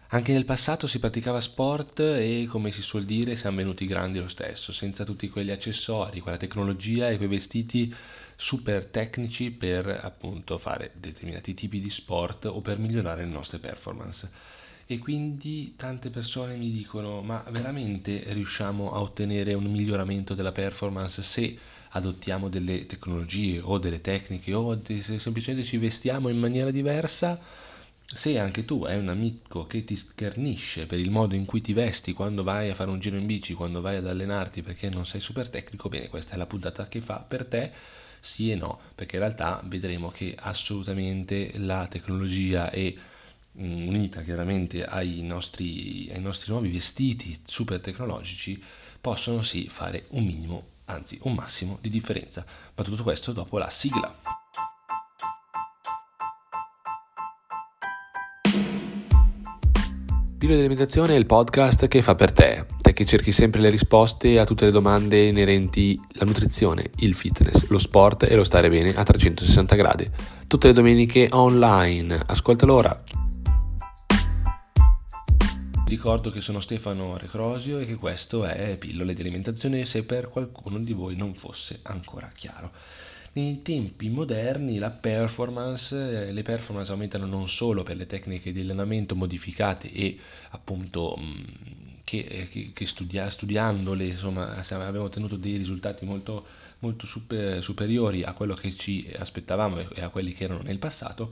Anche nel passato si praticava sport e, come si suol dire, siamo venuti grandi lo stesso, senza tutti quegli accessori, quella tecnologia e quei vestiti super tecnici per appunto fare determinati tipi di sport o per migliorare le nostre performance. E quindi tante persone mi dicono: ma veramente riusciamo a ottenere un miglioramento della performance se adottiamo delle tecnologie o delle tecniche o se semplicemente ci vestiamo in maniera diversa? Se anche tu hai un amico che ti schernisce per il modo in cui ti vesti quando vai a fare un giro in bici, quando vai ad allenarti perché non sei super tecnico, bene, questa è la puntata che fa per te, sì e no, perché in realtà vedremo che assolutamente la tecnologia e unita chiaramente ai nostri nuovi vestiti super tecnologici possono sì fare un minimo, anzi un massimo di differenza. Ma tutto questo dopo la sigla. Pillola di alimentazione è il podcast che fa per te, te che cerchi sempre le risposte a tutte le domande inerenti alla nutrizione, il fitness, lo sport e lo stare bene a 360 gradi. Tutte le domeniche online. Ascoltalo ora. Vi ricordo che sono Stefano Recrosio e che questo è Pillole di alimentazione, se per qualcuno di voi non fosse ancora chiaro. Nei tempi moderni le performance aumentano non solo per le tecniche di allenamento modificate e appunto studiandole insomma abbiamo ottenuto dei risultati molto superiori a quello che ci aspettavamo e a quelli che erano nel passato,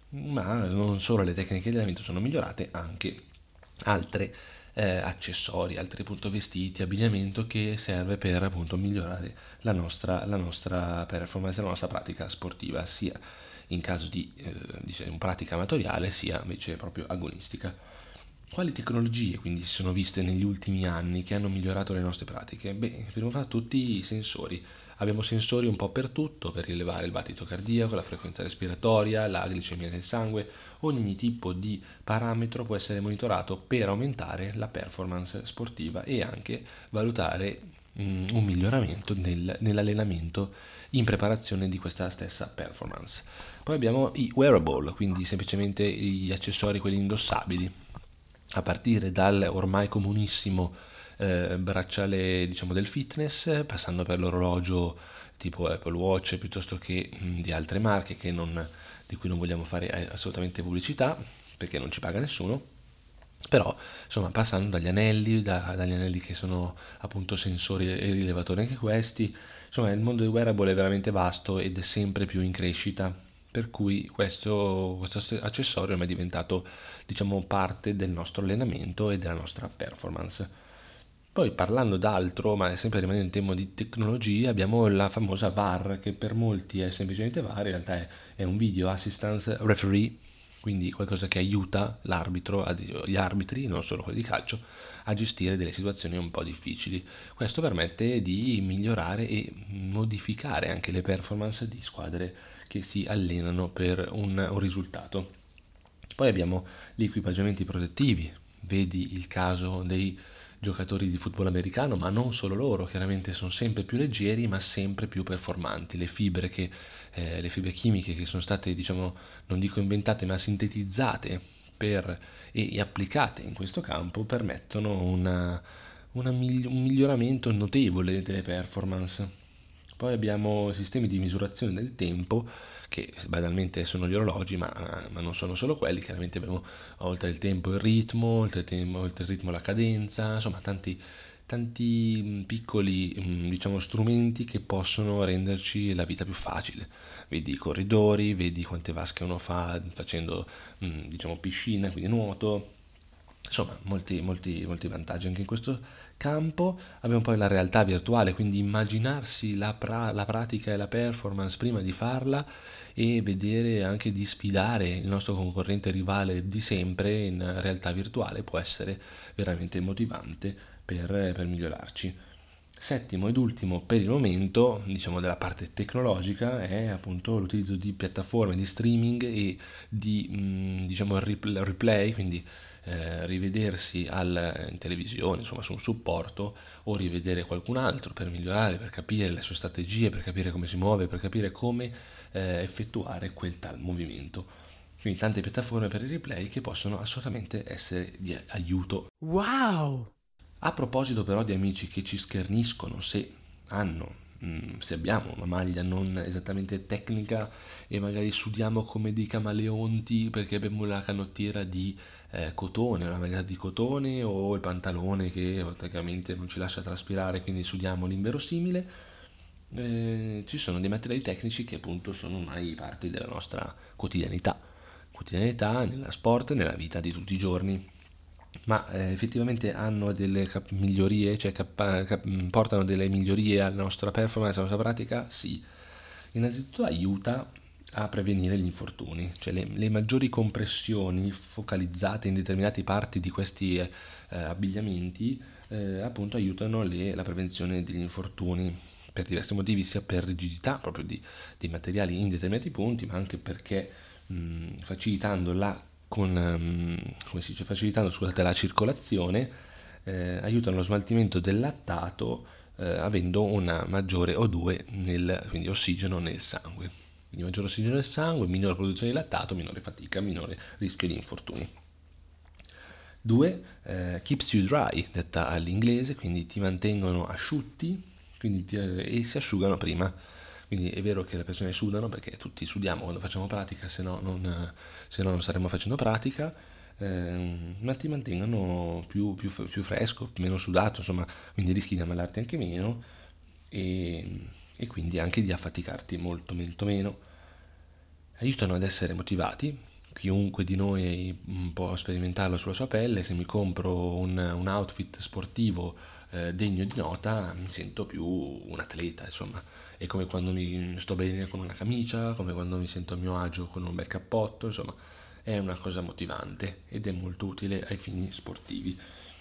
ma non solo le tecniche di allenamento sono migliorate, anche altre accessori, altri appunto vestiti, abbigliamento che serve per appunto migliorare la nostra performance, la nostra pratica sportiva, sia in caso di diciamo, pratica amatoriale, sia invece proprio agonistica. Quali tecnologie quindi si sono viste negli ultimi anni che hanno migliorato le nostre pratiche? Beh, prima fra tutti i sensori. Abbiamo sensori un po' per tutto, per rilevare il battito cardiaco, la frequenza respiratoria, la glicemia del sangue. Ogni tipo di parametro può essere monitorato per aumentare la performance sportiva e anche valutare un miglioramento nell'allenamento in preparazione di questa stessa performance. Poi abbiamo i wearable, quindi semplicemente gli accessori, quelli indossabili, a partire dal ormai comunissimo bracciale diciamo del fitness, passando per l'orologio tipo Apple Watch piuttosto che di altre marche di cui non vogliamo fare assolutamente pubblicità perché non ci paga nessuno. Però insomma passando dagli anelli che sono appunto sensori e rilevatori anche questi, insomma il mondo del wearable è veramente vasto ed è sempre più in crescita, per cui questo accessorio è diventato diciamo parte del nostro allenamento e della nostra performance. Poi parlando d'altro, ma sempre rimanendo in tema di tecnologia, abbiamo la famosa VAR, che per molti è semplicemente VAR, in realtà è un Video Assistance Referee, quindi qualcosa che aiuta gli arbitri, non solo quelli di calcio, a gestire delle situazioni un po' difficili. Questo permette di migliorare e modificare anche le performance di squadre che si allenano per un risultato. Poi abbiamo gli equipaggiamenti protettivi, vedi il caso dei giocatori di football americano, ma non solo loro, chiaramente sono sempre più leggeri ma sempre più performanti. Le fibre chimiche che sono state, diciamo, non dico inventate, ma sintetizzate e applicate in questo campo permettono un miglioramento notevole delle performance. Poi abbiamo sistemi di misurazione del tempo, che banalmente sono gli orologi, ma non sono solo quelli, chiaramente abbiamo oltre il tempo il ritmo, oltre il ritmo la cadenza, insomma tanti piccoli diciamo, strumenti che possono renderci la vita più facile. Vedi i corridori, vedi quante vasche uno fa facendo diciamo, piscina, quindi nuoto, insomma molti vantaggi anche in questo campo. Abbiamo poi la realtà virtuale, quindi immaginarsi la pratica e la performance prima di farla e vedere anche di sfidare il nostro concorrente rivale di sempre in realtà virtuale può essere veramente motivante per migliorarci. Settimo ed ultimo per il momento, diciamo della parte tecnologica, è appunto l'utilizzo di piattaforme di streaming e di diciamo replay, quindi rivedersi in televisione, insomma su un supporto o rivedere qualcun altro per migliorare, per capire le sue strategie, per capire come si muove, per capire come effettuare quel tal movimento. Quindi tante piattaforme per il replay che possono assolutamente essere di aiuto. Wow! A proposito però di amici che ci scherniscono se abbiamo una maglia non esattamente tecnica e magari sudiamo come dei camaleonti perché abbiamo la canottiera di cotone, la maglia di cotone o il pantalone che praticamente non ci lascia traspirare, quindi sudiamo l'inverosimile, ci sono dei materiali tecnici che appunto sono ormai parte della nostra quotidianità nella sport, nella vita di tutti i giorni, ma effettivamente hanno delle migliorie, cioè portano delle migliorie alla nostra performance, alla nostra pratica? Sì. Innanzitutto aiuta a prevenire gli infortuni, cioè le maggiori compressioni focalizzate in determinate parti di questi abbigliamenti appunto aiutano la prevenzione degli infortuni per diversi motivi, sia per rigidità proprio dei materiali in determinati punti, ma anche perché facilitando come si dice, facilitando, scusate, la circolazione, aiutano lo smaltimento del lattato avendo una maggiore O2, quindi ossigeno nel sangue. Quindi maggiore ossigeno nel sangue, minore produzione di lattato, minore fatica, minore rischio di infortuni. 2. Keeps you dry, detta all'inglese, quindi ti mantengono asciutti e si asciugano prima. Quindi è vero che le persone sudano perché tutti sudiamo quando facciamo pratica, se no non staremmo facendo pratica, ma ti mantengono più fresco, meno sudato, insomma, quindi rischi di ammalarti anche meno e quindi anche di affaticarti molto, molto meno. Aiutano ad essere motivati. Chiunque di noi può sperimentarlo sulla sua pelle. Se mi compro un outfit sportivo degno di nota, mi sento più un atleta, insomma. È come quando mi sto bene con una camicia, come quando mi sento a mio agio con un bel cappotto, insomma, è una cosa motivante ed è molto utile ai fini sportivi.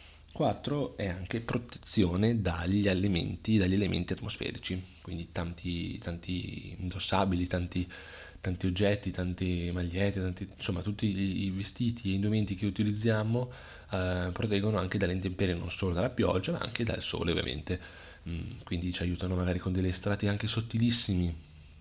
4 è anche protezione dagli elementi atmosferici, quindi tanti indossabili, tanti oggetti, tante magliette, insomma tutti i vestiti e indumenti che utilizziamo proteggono anche dalle intemperie, non solo dalla pioggia, ma anche dal sole ovviamente. Quindi ci aiutano magari con degli strati anche sottilissimi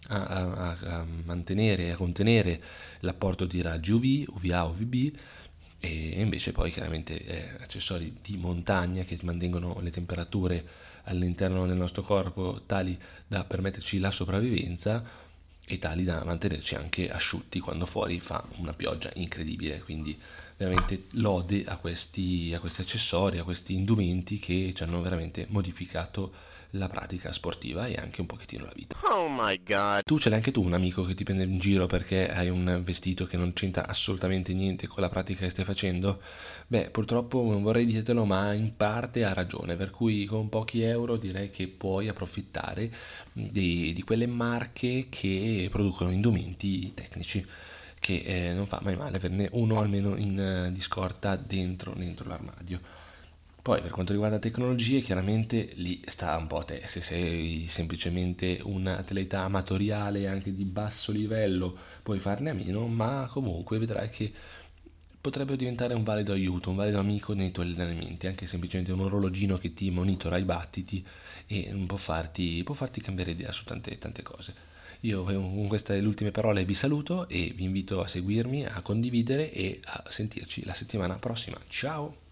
a mantenere e a contenere l'apporto di raggi UV, UVA, UVB e invece poi chiaramente accessori di montagna che mantengono le temperature all'interno del nostro corpo tali da permetterci la sopravvivenza e tali da mantenerci anche asciutti quando fuori fa una pioggia incredibile. Quindi veramente lode a questi accessori, a questi indumenti che ci hanno veramente modificato la pratica sportiva e anche un pochettino la vita. Oh my god! Tu ce l'hai anche tu un amico che ti prende in giro perché hai un vestito che non c'entra assolutamente niente con la pratica che stai facendo? Beh, purtroppo non vorrei dirtelo, ma in parte ha ragione, per cui con pochi euro direi che puoi approfittare di quelle marche che producono indumenti tecnici, che non fa mai male averne uno almeno di scorta dentro l'armadio. Poi per quanto riguarda tecnologie, chiaramente lì sta un po' a te, se sei semplicemente un atleta amatoriale anche di basso livello puoi farne a meno, ma comunque vedrai che potrebbe diventare un valido aiuto, un valido amico nei tuoi allenamenti, anche semplicemente un orologino che ti monitora i battiti e può farti cambiare idea su tante cose. Io con queste ultime parole vi saluto e vi invito a seguirmi, a condividere e a sentirci la settimana prossima. Ciao!